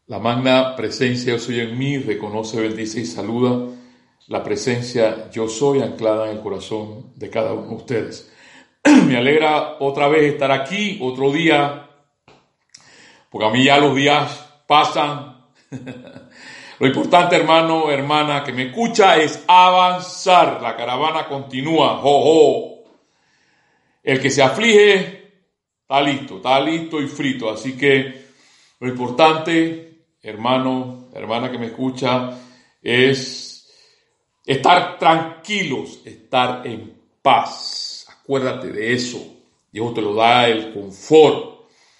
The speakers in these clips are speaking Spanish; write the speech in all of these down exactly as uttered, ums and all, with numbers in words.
La magna presencia yo soy en mí, reconoce, bendice y saluda la presencia yo soy anclada en el corazón de cada uno de ustedes. Me alegra otra vez estar aquí, otro día, porque a mí ya los días pasan. Lo importante, hermano, hermana, que me escucha es avanzar. La caravana continúa. ¡Jo, jo! El que se aflige está listo, está listo y frito. Así que lo importante, hermano, hermana que me escucha, es estar tranquilos, estar en paz. Acuérdate de eso. Dios te lo da el confort.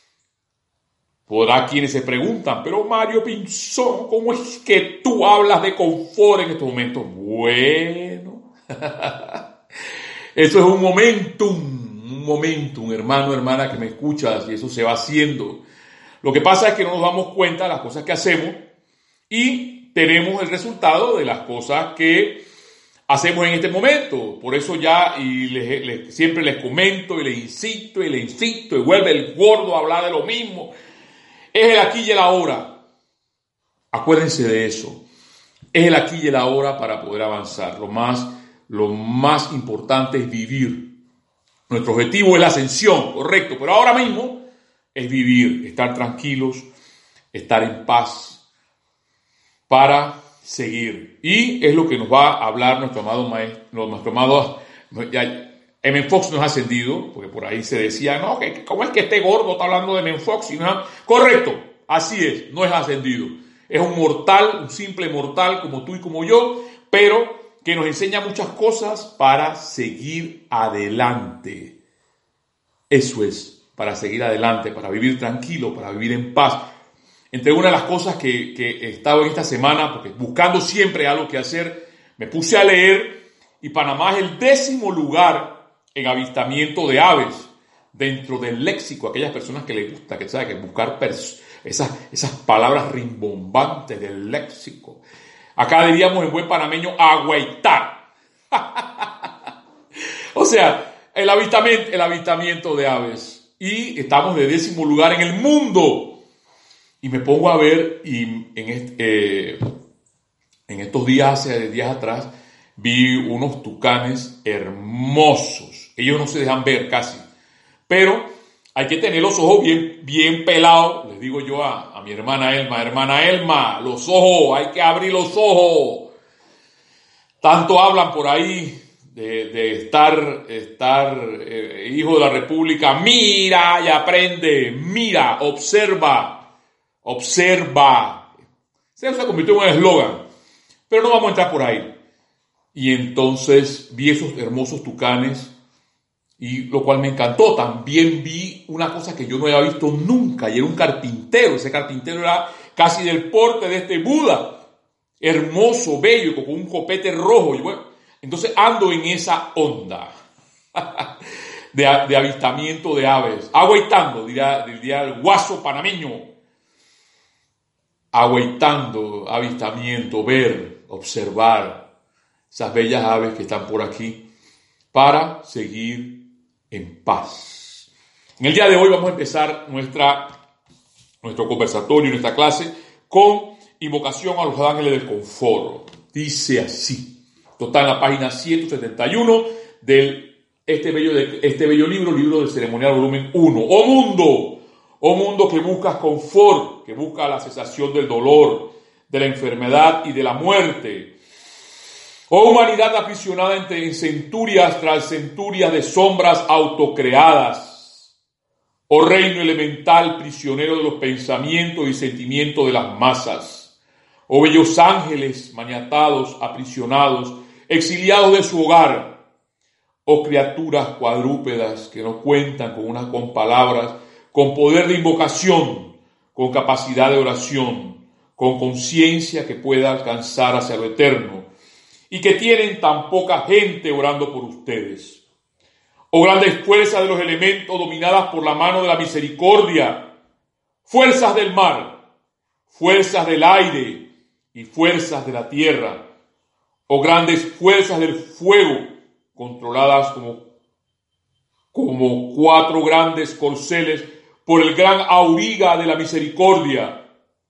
Podrá quienes se preguntan, pero Mario Pinzón, ¿cómo es que tú hablas de confort en estos momentos? Bueno, eso es un momentum, un momentum, hermano, hermana que me escuchas, y eso se va haciendo. Lo que pasa es que no nos damos cuenta de las cosas que hacemos y tenemos el resultado de las cosas que hacemos en este momento. Por eso ya, y les, les, siempre les comento y les insisto y les insisto, y vuelve el gordo a hablar de lo mismo. Es el aquí y el ahora. Acuérdense de eso. Es el aquí y el ahora para poder avanzar. Lo más, lo más importante es vivir. Nuestro objetivo es la ascensión, correcto. Pero ahora mismo es vivir, estar tranquilos, estar en paz para seguir. Y es lo que nos va a hablar nuestro amado maestro, nuestro amado M. Fox nos ha ascendido, porque por ahí se decía, no, que ¿cómo es que este gordo está hablando de M. Fox? Y no, correcto, así es, no es ascendido. Es un mortal, un simple mortal como tú y como yo, pero que nos enseña muchas cosas para seguir adelante. Eso es, para seguir adelante, para vivir tranquilo, para vivir en paz. Entre una de las cosas que, que he estado en esta semana, porque buscando siempre algo que hacer, me puse a leer y Panamá es el décimo lugar en avistamiento de aves dentro del léxico. Aquellas personas que les gusta, que saben, que buscar pers- esas, esas palabras rimbombantes del léxico. Acá diríamos en buen panameño, agüeitar. O sea, el avistamiento, el avistamiento de aves. Y estamos de décimo lugar en el mundo. Y me pongo a ver, y en, este, eh, en estos días, hace días atrás, vi unos tucanes hermosos. Ellos no se dejan ver casi. Pero hay que tener los ojos bien, bien pelados. Les digo yo a, a mi hermana Elma, hermana Elma, los ojos, hay que abrir los ojos. Tanto hablan por ahí de, de estar, estar eh, hijo de la República. Mira y aprende, mira, observa, observa. Se se convirtió en un eslogan. Pero no vamos a entrar por ahí. Y entonces vi esos hermosos tucanes, y lo cual me encantó. También vi una cosa que yo no había visto nunca, y era un carpintero. Ese carpintero era casi del porte de este Buda, hermoso, bello, con un copete rojo. Y bueno, entonces ando en esa onda de, de avistamiento de aves, agüitando, diría, diría el guaso panameño, agüitando, avistamiento, ver, observar esas bellas aves que están por aquí para seguir en paz. En el día de hoy vamos a empezar nuestra, nuestro conversatorio, nuestra clase, con invocación a los ángeles del confort. Dice así. Esto está en la página ciento setenta y uno de este bello, de este bello libro, libro del ceremonial volumen uno. Oh mundo, oh mundo que buscas confort, que busca la cesación del dolor, de la enfermedad y de la muerte. Oh humanidad aprisionada entre centurias tras centurias de sombras autocreadas. Oh reino elemental prisionero de los pensamientos y sentimientos de las masas. Oh bellos ángeles maniatados, aprisionados, exiliados de su hogar. Oh criaturas cuadrúpedas que no cuentan con unas con palabras, con poder de invocación, con capacidad de oración, con conciencia que pueda alcanzar hacia lo eterno, y que tienen tan poca gente orando por ustedes. Oh grandes fuerzas de los elementos dominadas por la mano de la misericordia, fuerzas del mar, fuerzas del aire y fuerzas de la tierra. Oh grandes fuerzas del fuego, controladas como, como cuatro grandes corceles por el gran auriga de la misericordia.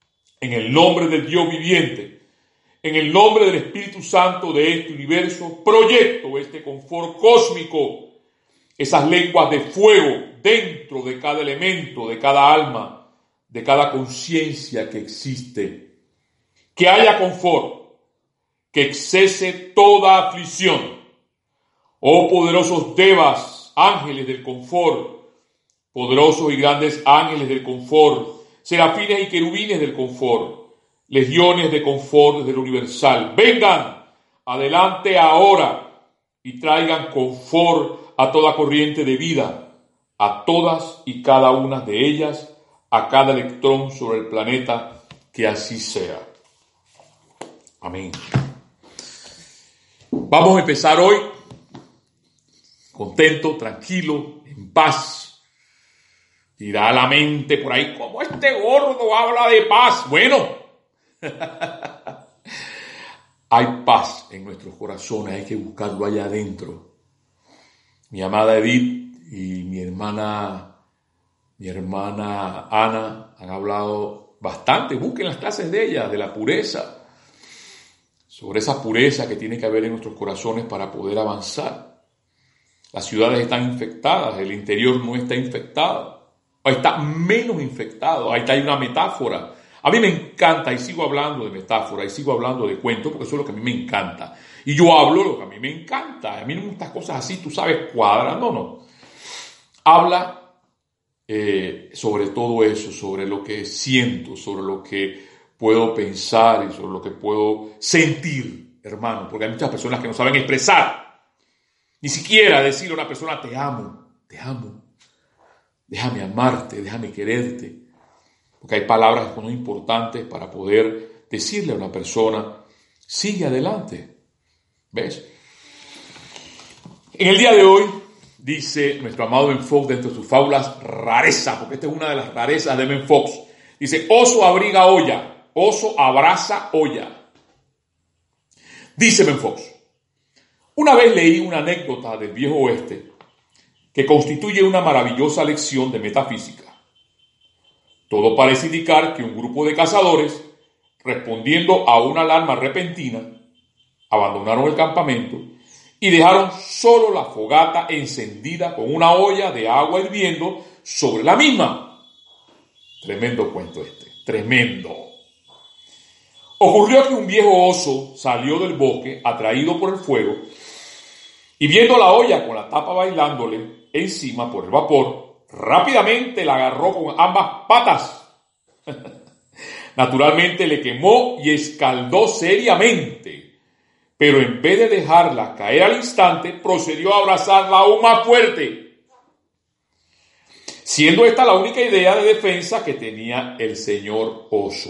en el nombre del Dios viviente, en el nombre del Espíritu Santo de este universo, proyecto este confort cósmico, esas lenguas de fuego dentro de cada elemento, de cada alma, de cada conciencia que existe. Que haya confort, que cese toda aflicción. Oh poderosos devas, ángeles del confort, poderosos y grandes ángeles del confort, serafines y querubines del confort, legiones de confort desde el universal, vengan adelante ahora y traigan confort a toda corriente de vida, a todas y cada una de ellas, a cada electrón sobre el planeta, que así sea. Amén. Vamos a empezar hoy contento, tranquilo, en paz. Irá a la mente por ahí, como este gordo habla de paz. Bueno, hay paz en nuestros corazones, hay que buscarlo allá adentro. Mi amada Edith y mi hermana, mi hermana Ana han hablado bastante. Busquen las clases de ella, de la pureza, sobre esa pureza que tiene que haber en nuestros corazones para poder avanzar. Las ciudades están infectadas, el interior no está infectado, o está menos infectado. Ahí está, hay una metáfora. A mí me encanta, y sigo hablando de metáfora, y sigo hablando de cuentos, porque eso es lo que a mí me encanta. Y yo hablo lo que a mí me encanta. A mí no estas cosas así, tú sabes, cuadran. No, no. Habla eh, sobre todo eso, sobre lo que siento, sobre lo que puedo pensar y sobre lo que puedo sentir, hermano. Porque hay muchas personas que no saben expresar. Ni siquiera decirle a una persona, te amo, te amo. Déjame amarte, déjame quererte. Porque hay palabras que son importantes para poder decirle a una persona, sigue adelante. ¿Ves? En el día de hoy, dice nuestro amado Ben Fox dentro de sus fábulas rarezas, porque esta es una de las rarezas de Ben Fox, dice, oso abriga olla, oso abraza olla. Dice Ben Fox, una vez leí una anécdota del viejo oeste que constituye una maravillosa lección de metafísica. Todo parece indicar que un grupo de cazadores, respondiendo a una alarma repentina, abandonaron el campamento y dejaron solo la fogata encendida con una olla de agua hirviendo sobre la misma. Tremendo cuento este, tremendo. Ocurrió que un viejo oso salió del bosque atraído por el fuego y viendo la olla con la tapa bailándole encima por el vapor, rápidamente la agarró con ambas patas. Naturalmente le quemó y escaldó seriamente, pero en vez de dejarla caer al instante, procedió a abrazarla aún más fuerte, siendo esta la única idea de defensa que tenía el señor oso.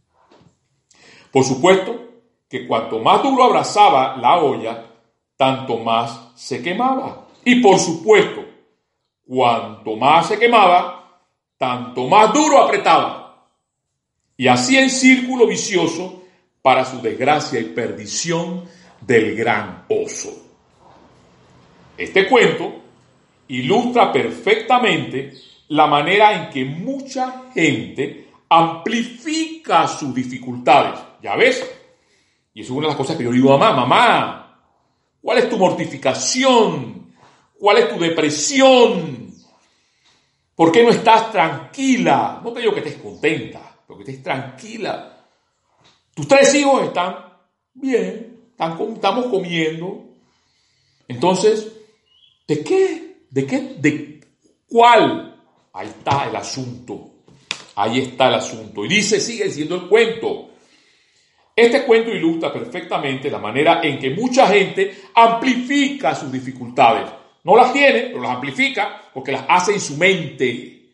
Por supuesto que cuanto más duro abrazaba la olla, tanto más se quemaba. Y por supuesto, cuanto más se quemaba, tanto más duro apretaba. Y así en círculo vicioso para su desgracia y perdición del gran oso. Este cuento ilustra perfectamente la manera en que mucha gente amplifica sus dificultades. ¿Ya ves? Y eso es una de las cosas que yo digo a mamá, mamá, ¿cuál es tu mortificación? ¿Cuál es tu depresión? ¿Por qué no estás tranquila? No te digo que estés contenta, pero que estés tranquila. Tus tres hijos están bien, están, estamos comiendo. Entonces, ¿de qué? ¿De qué? ¿De cuál? Ahí está el asunto. Ahí está el asunto. Y dice, sigue diciendo el cuento. Este cuento ilustra perfectamente la manera en que mucha gente amplifica sus dificultades. No las tiene, pero las amplifica porque las hace en su mente.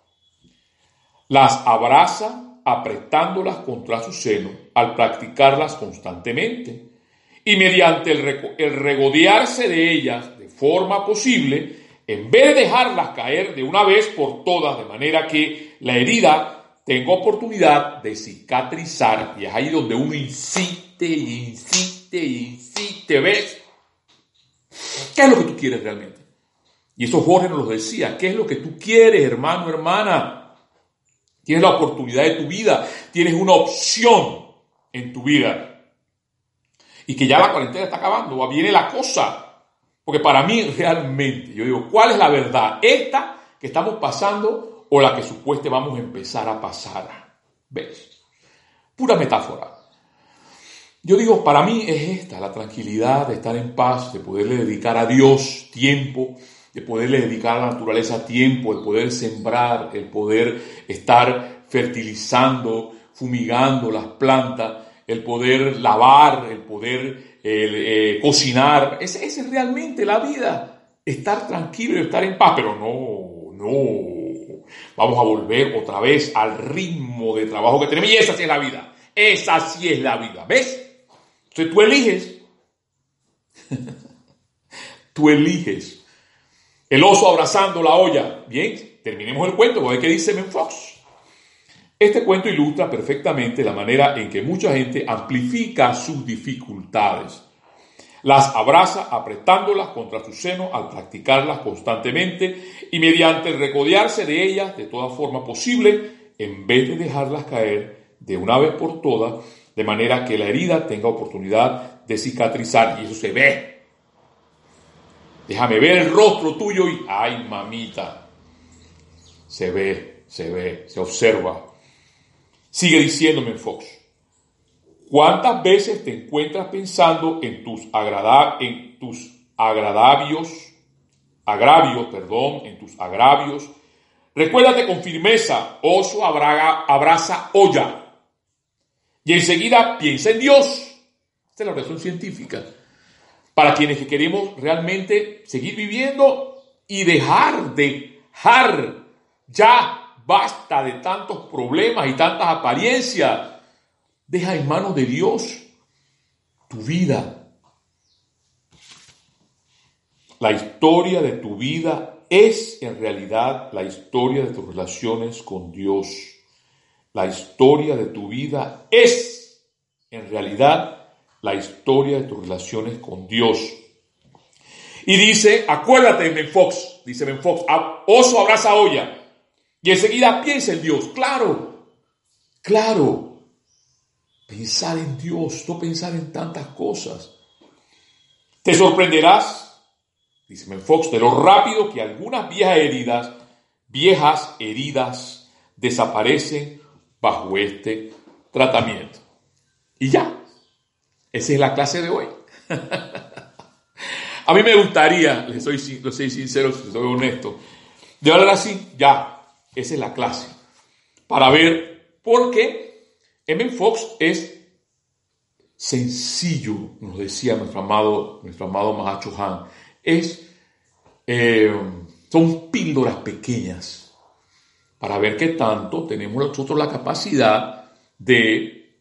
Las abraza apretándolas contra su seno al practicarlas constantemente. Y mediante el, rego- el regodearse de ellas de forma posible, en vez de dejarlas caer de una vez por todas, de manera que la herida tenga oportunidad de cicatrizar. Y es ahí donde uno insiste, insiste, insiste, ¿ves? ¿Qué es lo que tú quieres realmente? Y eso Jorge nos lo decía. ¿Qué es lo que tú quieres, hermano, hermana? Tienes la oportunidad de tu vida, tienes una opción en tu vida. Y que ya la cuarentena está acabando, viene la cosa. Porque para mí realmente, yo digo, ¿cuál es la verdad? ¿Esta que estamos pasando o la que supuestamente vamos a empezar a pasar? ¿Ves? Pura metáfora. Yo digo, para mí es esta, la tranquilidad de estar en paz, de poderle dedicar a Dios tiempo, de poderle dedicar a la naturaleza tiempo, el poder sembrar, el poder estar fertilizando, fumigando las plantas, el poder lavar, el poder eh, eh, cocinar. Esa es realmente la vida, estar tranquilo y estar en paz. Pero no, no, vamos a volver otra vez al ritmo de trabajo que tenemos y esa sí es la vida, esa sí es la vida, ¿ves? Entonces tú eliges, tú eliges. El oso abrazando la olla. Bien, terminemos el cuento, porque ¿qué dice Ben Fox? Este cuento ilustra perfectamente la manera en que mucha gente amplifica sus dificultades. Las abraza apretándolas contra su seno al practicarlas constantemente y mediante el recodearse de ellas de toda forma posible, en vez de dejarlas caer de una vez por todas, de manera que la herida tenga oportunidad de cicatrizar. Y eso se ve. Déjame ver el rostro tuyo y ¡ay, mamita! Se ve, se ve, se observa. Sigue diciéndome Fox. ¿Cuántas veces te encuentras pensando en tus, agrada, en tus agradavios, agravios, perdón, en tus agravios? Recuérdate con firmeza, oso abraga, abraza olla. Y enseguida piensa en Dios. Esta es la oración científica. Para quienes que queremos realmente seguir viviendo y dejar de, dejar, ya basta de tantos problemas y tantas apariencias. Deja en manos de Dios tu vida. La historia de tu vida es en realidad la historia de tus relaciones con Dios. La historia de tu vida es, en realidad, la historia de tus relaciones con Dios. Y dice, acuérdate, Ben Fox, dice Ben Fox, oso abraza olla. Y enseguida piensa en Dios. Claro, claro. Pensar en Dios, no pensar en tantas cosas. Te sorprenderás, dice Ben Fox, de lo rápido que algunas viejas heridas, viejas heridas, desaparecen bajo este tratamiento. Y ya, esa es la clase de hoy. A mí me gustaría, les soy, les soy sincero, les soy honesto, de hablar así, ya, esa es la clase. Para ver por qué Ben Fox es sencillo, nos decía nuestro amado, nuestro amado Mahacho Han, es, eh, son píldoras pequeñas para ver qué tanto tenemos nosotros la capacidad de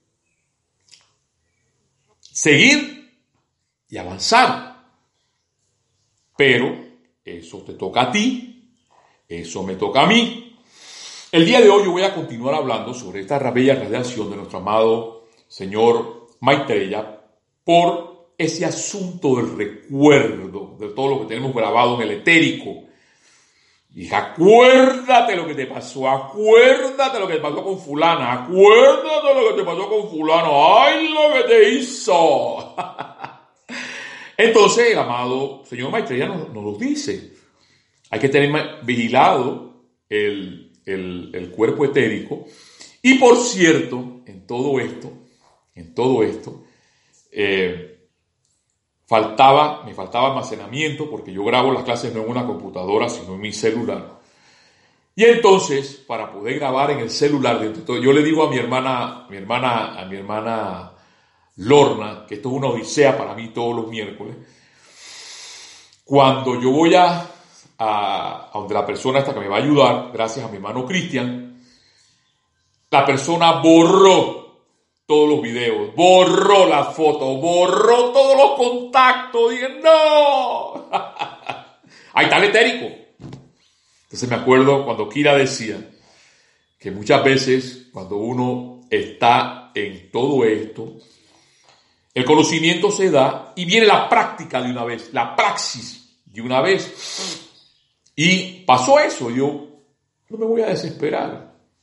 seguir y avanzar. Pero eso te toca a ti, eso me toca a mí. El día de hoy yo voy a continuar hablando sobre esta bella radiación de nuestro amado señor Maitreya por ese asunto del recuerdo, de todo lo que tenemos grabado en el etérico. Y acuérdate lo que te pasó, acuérdate lo que te pasó con fulana, acuérdate lo que te pasó con fulano, ¡ay, lo que te hizo! Entonces el amado señor Maitreya nos, nos lo dice. Hay que tener vigilado el, el, el cuerpo etérico. Y por cierto, en todo esto, en todo esto, eh, faltaba, me faltaba almacenamiento porque yo grabo las clases no en una computadora, sino en mi celular. Y entonces, para poder grabar en el celular, dentro de todo, yo le digo a mi hermana, mi hermana, a mi hermana Lorna, que esto es una odisea para mí todos los miércoles. Cuando yo voy a, a, a donde la persona esta que me va a ayudar, gracias a mi hermano Cristian, la persona borró todos los videos, borró la foto, borró todos los contactos. Dije, ¡no! Ahí está el etérico. Entonces me acuerdo cuando Kira decía que muchas veces cuando uno está en todo esto, el conocimiento se da y viene la práctica de una vez, la praxis de una vez. Y pasó eso, yo no me voy a desesperar.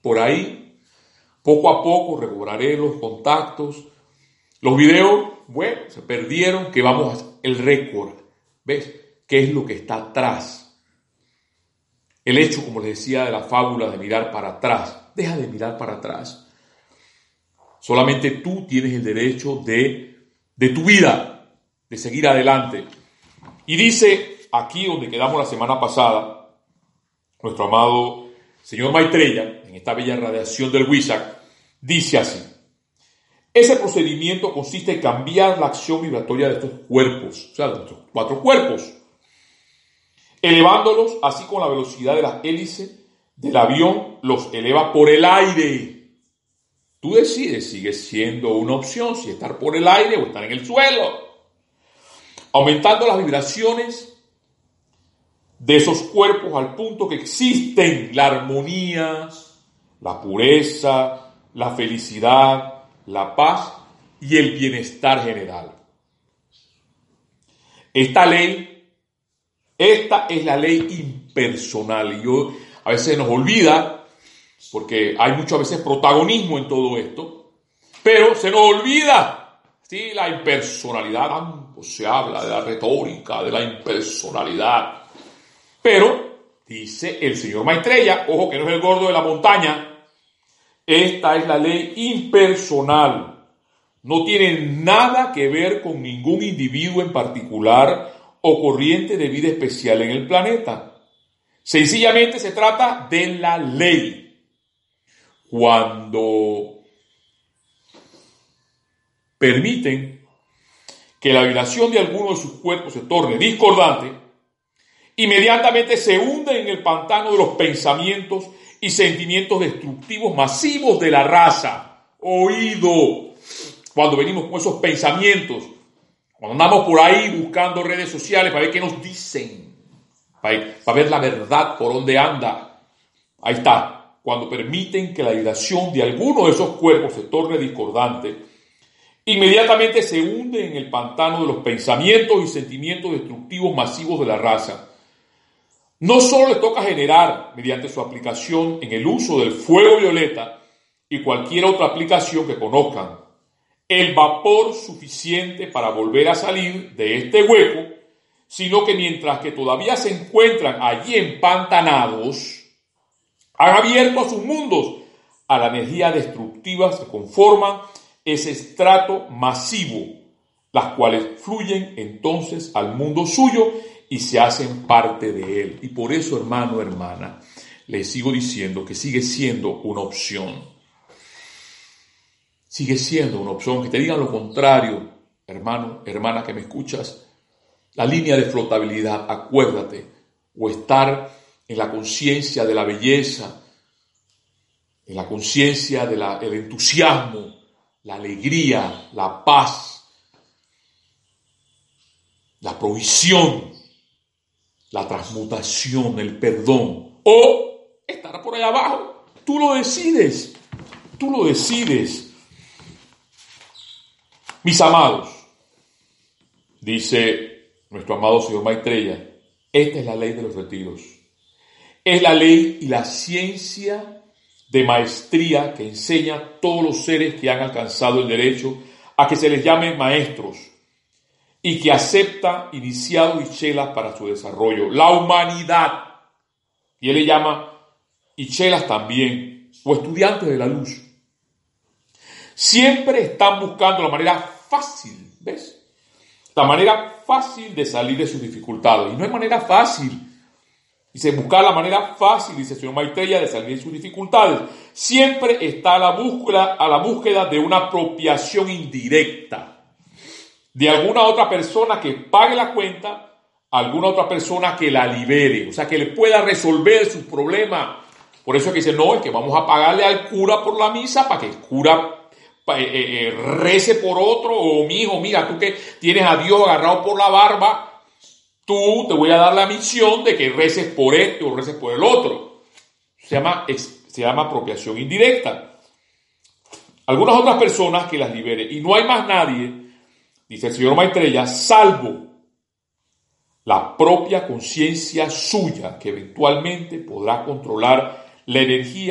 por ahí. Poco a poco recobraré los contactos. Los videos, bueno, se perdieron, que vamos a el récord. ¿Ves? ¿Qué es lo que está atrás? El hecho, como les decía, de la fábula de mirar para atrás. Deja de mirar para atrás. Solamente tú tienes el derecho de, de tu vida, de seguir adelante. Y dice aquí donde quedamos la semana pasada, nuestro amado señor Maitreya, en esta bella radiación del Huizac, dice así: ese procedimiento consiste en cambiar la acción vibratoria de estos cuerpos, o sea, de estos cuatro cuerpos, elevándolos así con la velocidad de las hélices del avión, los eleva por el aire. Tú decides, sigue siendo una opción, si estar por el aire o estar en el suelo, aumentando las vibraciones de esos cuerpos al punto que existen la armonía, la pureza, la felicidad, la paz y el bienestar general. Esta ley, esta es la ley impersonal. Y yo, a veces nos olvida, porque hay muchas veces protagonismo en todo esto, pero se nos olvida, ¿sí? La impersonalidad. Tanto se habla de la retórica, de la impersonalidad. Pero, dice el señor Maitreya, ojo que no es el gordo de la montaña, esta es la ley impersonal. No tiene nada que ver con ningún individuo en particular o corriente de vida especial en el planeta. Sencillamente se trata de la ley. Cuando permiten que la vibración de alguno de sus cuerpos se torne discordante, inmediatamente se hunden en el pantano de los pensamientos y sentimientos destructivos masivos de la raza. Oído, cuando venimos con esos pensamientos, cuando andamos por ahí buscando redes sociales para ver qué nos dicen, para, para ver la verdad por dónde anda, ahí está. Cuando permiten que la vibración de alguno de esos cuerpos se torne discordante, inmediatamente se hunde en el pantano de los pensamientos y sentimientos destructivos masivos de la raza. No solo les toca generar, mediante su aplicación en el uso del fuego violeta y cualquier otra aplicación que conozcan, el vapor suficiente para volver a salir de este hueco, sino que mientras que todavía se encuentran allí empantanados, han abierto a sus mundos a la energía destructiva que conforman ese estrato masivo, las cuales fluyen entonces al mundo suyo y se hacen parte de él. Y por eso, hermano, hermana, les sigo diciendo que sigue siendo una opción. Sigue siendo una opción. Que te digan lo contrario, hermano, hermana que me escuchas, la línea de flotabilidad, acuérdate, o estar en la conciencia de la belleza, en la conciencia del entusiasmo, la alegría, la paz, la provisión, la transmutación, el perdón, o estar por allá abajo. Tú lo decides, tú lo decides. Mis amados, dice nuestro amado señor Maitreya, esta es la ley de los retiros. Es la ley y la ciencia de maestría que enseña a todos los seres que han alcanzado el derecho a que se les llame maestros y que acepta iniciados y chelas para su desarrollo. La humanidad, y él le llama y chelas también, o estudiantes de la luz, siempre están buscando la manera fácil, ¿ves? La manera fácil de salir de sus dificultades. Y no es manera fácil. Dice, buscar la manera fácil, dice el señor Maitreya, de salir de sus dificultades. Siempre está a la búsqueda, a la búsqueda de una apropiación indirecta. De alguna otra persona que pague la cuenta, alguna otra persona que la libere. O sea, que le pueda resolver sus problemas. Por eso es que dice, no, es que vamos a pagarle al cura por la misa para que el cura eh, eh, rece por otro. O mi hijo, mira, tú que tienes a Dios agarrado por la barba, tú te voy a dar la misión de que reces por este o reces por el otro. Se llama, se llama apropiación indirecta. Algunas otras personas que las libere. Y no hay más nadie, dice el señor Maitreya, salvo la propia conciencia suya, que eventualmente podrá controlar la energía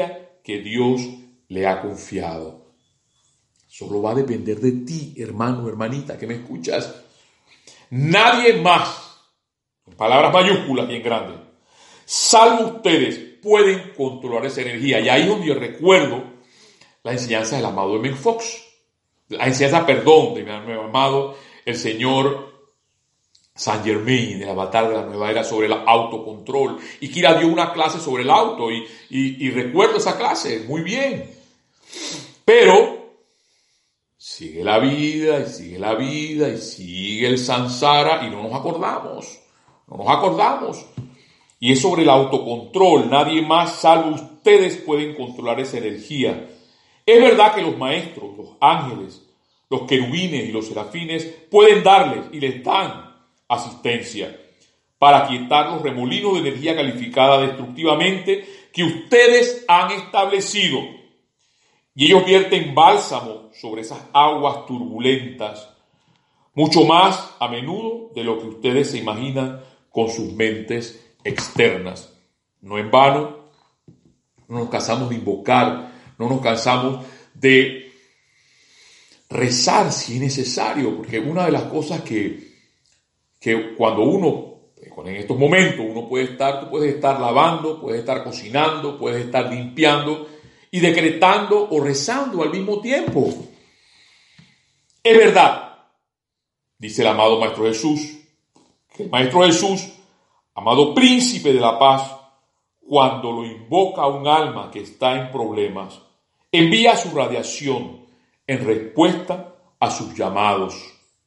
que Dios le ha confiado. Solo va a depender de ti, hermano, hermanita, que me escuchas. Nadie más, en palabras mayúsculas y en grande, salvo ustedes, pueden controlar esa energía. Y ahí es donde yo recuerdo la enseñanza del amado M. Fox. La enseñanza, perdón, de mi amado, el señor Saint Germain, el avatar de la nueva era, sobre el autocontrol. Y Kira dio una clase sobre el auto y, y, y recuerdo esa clase muy bien. Pero sigue la vida y sigue la vida y sigue el samsara y no nos acordamos. No nos acordamos. Y es sobre el autocontrol. Nadie más salvo ustedes pueden controlar esa energía. Es verdad que los maestros, los ángeles, los querubines y los serafines pueden darles y les dan asistencia para quietar los remolinos de energía calificada destructivamente que ustedes han establecido. Y ellos vierten bálsamo sobre esas aguas turbulentas, mucho más a menudo de lo que ustedes se imaginan con sus mentes externas. No en vano, no nos cansamos de invocar, no nos cansamos de rezar si es necesario, porque una de las cosas que que cuando uno, en estos momentos, uno puede estar, tú puedes estar lavando, puedes estar cocinando, puedes estar limpiando y decretando o rezando al mismo tiempo. Es verdad, dice el amado Maestro Jesús, que el Maestro Jesús, amado Príncipe de la Paz, cuando lo invoca a un alma que está en problemas, envía su radiación en respuesta a sus llamados.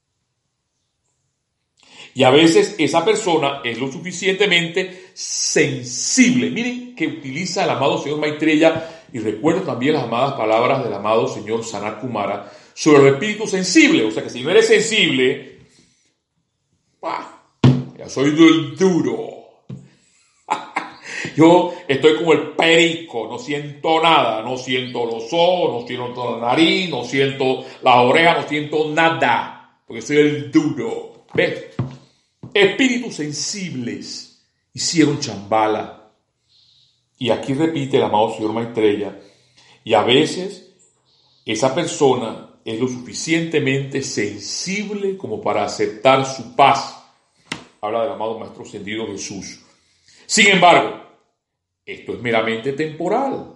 Y a veces esa persona es lo suficientemente sensible. Miren que utiliza el amado señor Maitreya, y recuerdo también las amadas palabras del amado señor Sanat Kumara sobre el espíritu sensible. O sea que si no eres sensible, bah, ya soy del duro. Yo estoy como el perico, no siento nada, no siento los ojos, no siento la nariz, no siento las orejas, no siento nada, porque soy el duro. ¿Ves? Espíritus sensibles hicieron chambala. Y aquí repite el amado señor Maitreya, y a veces esa persona es lo suficientemente sensible como para aceptar su paz. Habla del amado Maestro Ascendido Jesús. Sin embargo, esto es meramente temporal.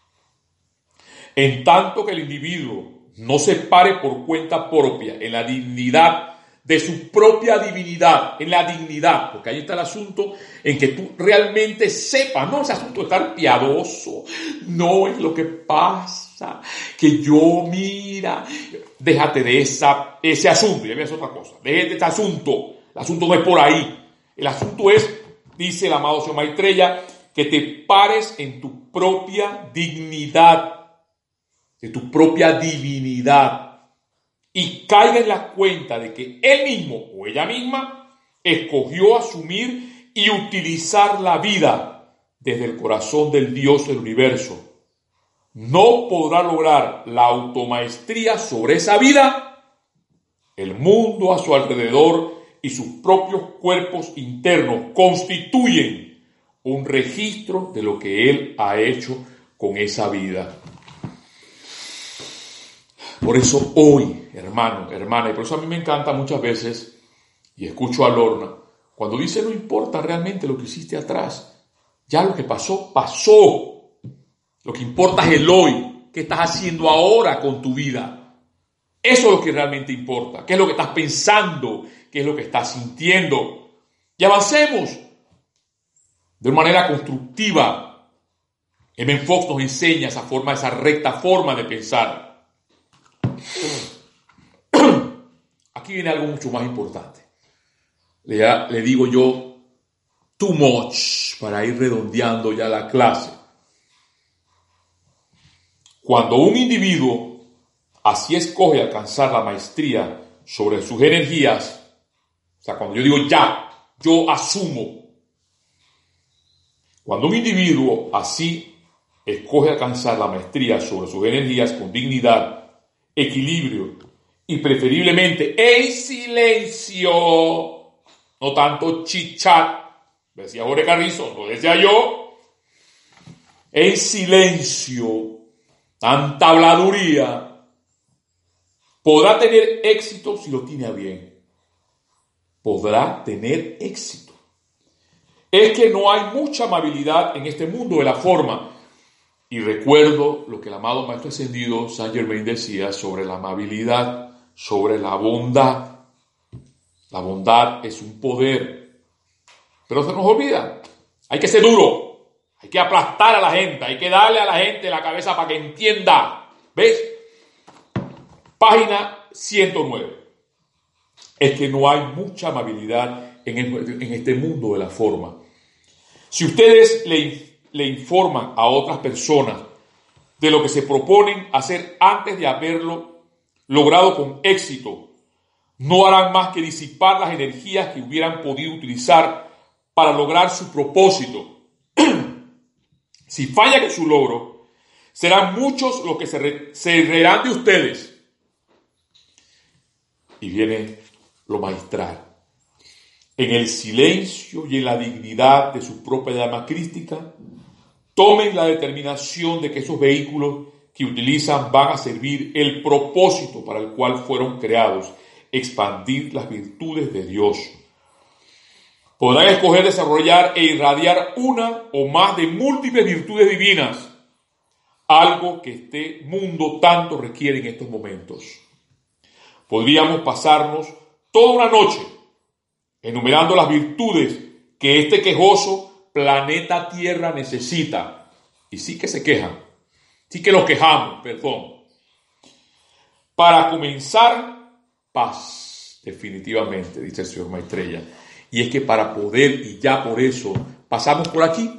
En tanto que el individuo no se pare por cuenta propia en la dignidad de su propia divinidad, en la dignidad, porque ahí está el asunto en que tú realmente sepas, no es asunto de estar piadoso, no es lo que pasa, que yo mira, déjate de esa, ese asunto, ya ves otra cosa, déjate de ese asunto, el asunto no es por ahí, el asunto es, dice el amado señor Maitreya, que te pares en tu propia dignidad, de tu propia divinidad, y caiga en la cuenta de que él mismo o ella misma escogió asumir y utilizar la vida desde el corazón del Dios del universo. No podrá lograr la automaestría sobre esa vida. El mundo a su alrededor y sus propios cuerpos internos constituyen un registro de lo que él ha hecho con esa vida. Por eso hoy, hermano, hermana, y por eso a mí me encanta muchas veces, y escucho a Lorna, cuando dice no importa realmente lo que hiciste atrás, ya lo que pasó, pasó. Lo que importa es el hoy, qué estás haciendo ahora con tu vida. Eso es lo que realmente importa, qué es lo que estás pensando, qué es lo que estás sintiendo. Y avancemos de una manera constructiva. M. Fox nos enseña esa forma, esa recta forma de pensar. Aquí viene algo mucho más importante. Le, le digo yo, too much, para ir redondeando ya la clase. Cuando un individuo así escoge alcanzar la maestría sobre sus energías, o sea, cuando yo digo ya, yo asumo. Cuando un individuo así escoge alcanzar la maestría sobre sus energías con dignidad, equilibrio y preferiblemente en silencio, no tanto chit-chat, decía Jorge Carrizo, no decía yo, en silencio, tanta habladuría, podrá tener éxito si lo tiene a bien. Podrá tener éxito. Es que no hay mucha amabilidad en este mundo de la forma. Y recuerdo lo que el amado Maestro Ascendido Saint Germain decía sobre la amabilidad, sobre la bondad. La bondad es un poder. Pero se nos olvida. Hay que ser duro. Hay que aplastar a la gente. Hay que darle a la gente la cabeza para que entienda. ¿Ves? Página ciento nueve. Es que no hay mucha amabilidad en, el, en este mundo de la forma. Si ustedes le, le informan a otras personas de lo que se proponen hacer antes de haberlo logrado con éxito, no harán más que disipar las energías que hubieran podido utilizar para lograr su propósito. Si falla que su logro, serán muchos los que se, re, se reirán de ustedes. Y viene lo magistral. En el silencio y en la dignidad de su propia llama crística, tomen la determinación de que esos vehículos que utilizan van a servir el propósito para el cual fueron creados, expandir las virtudes de Dios. Podrán escoger desarrollar e irradiar una o más de múltiples virtudes divinas, algo que este mundo tanto requiere en estos momentos. Podríamos pasarnos toda una noche enumerando las virtudes que este quejoso planeta Tierra necesita. Y sí que se quejan, sí que nos quejamos, perdón. Para comenzar, paz, definitivamente, dice el señor Maitreya. Y es que para poder, y ya por eso, pasamos por aquí,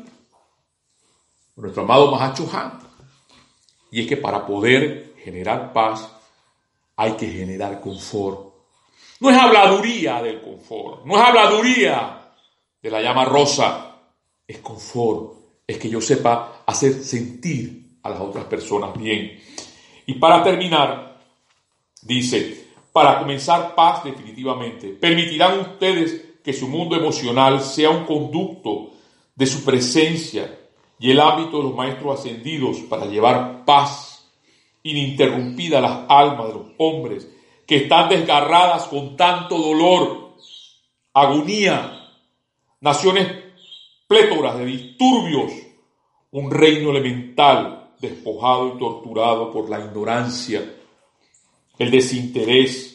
nuestro amado Mahacho Han. Y es que para poder generar paz, hay que generar confort. No es habladuría del confort, no es habladuría de la llama rosa, es confort, es que yo sepa hacer sentir a las otras personas bien. Y para terminar, dice, para comenzar paz definitivamente, permitirán ustedes que su mundo emocional sea un conducto de su presencia y el ámbito de los maestros ascendidos para llevar paz ininterrumpida a las almas de los hombres que están desgarradas con tanto dolor, agonía, naciones plétoras de disturbios, un reino elemental despojado y torturado por la ignorancia, el desinterés,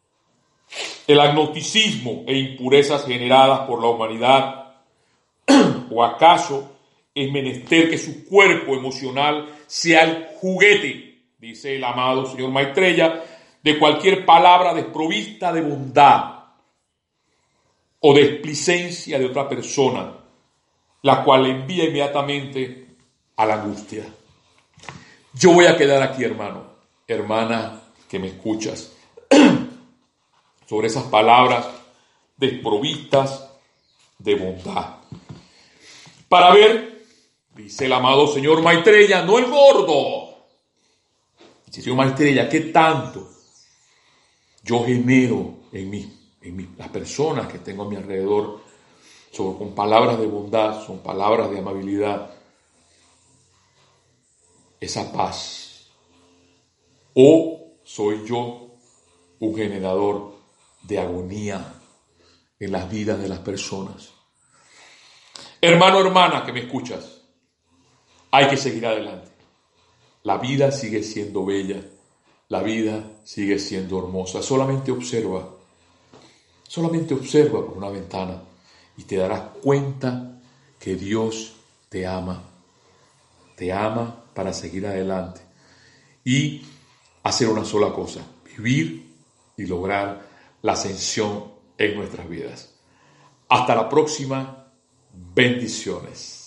el agnosticismo e impurezas generadas por la humanidad. ¿O acaso es menester que su cuerpo emocional sea el juguete, dice el amado señor Maitreya, de cualquier palabra desprovista de bondad o de explicencia de otra persona, la cual le envía inmediatamente a la angustia? Yo voy a quedar aquí, hermano, hermana que me escuchas, sobre esas palabras desprovistas de bondad. Para ver, dice el amado señor Maitreya, no el gordo. Dice el señor Maitreya, ¿qué tanto yo genero en mí, en mí, las personas que tengo a mi alrededor, sobre, con palabras de bondad, son palabras de amabilidad, esa paz? ¿O soy yo un generador de agonía en las vidas de las personas? Hermano, hermana que me escuchas, hay que seguir adelante. La vida sigue siendo bella. La vida sigue siendo hermosa. Solamente observa, solamente observa por una ventana y te darás cuenta que Dios te ama. Te ama para seguir adelante y hacer una sola cosa, vivir y lograr la ascensión en nuestras vidas. Hasta la próxima. Bendiciones.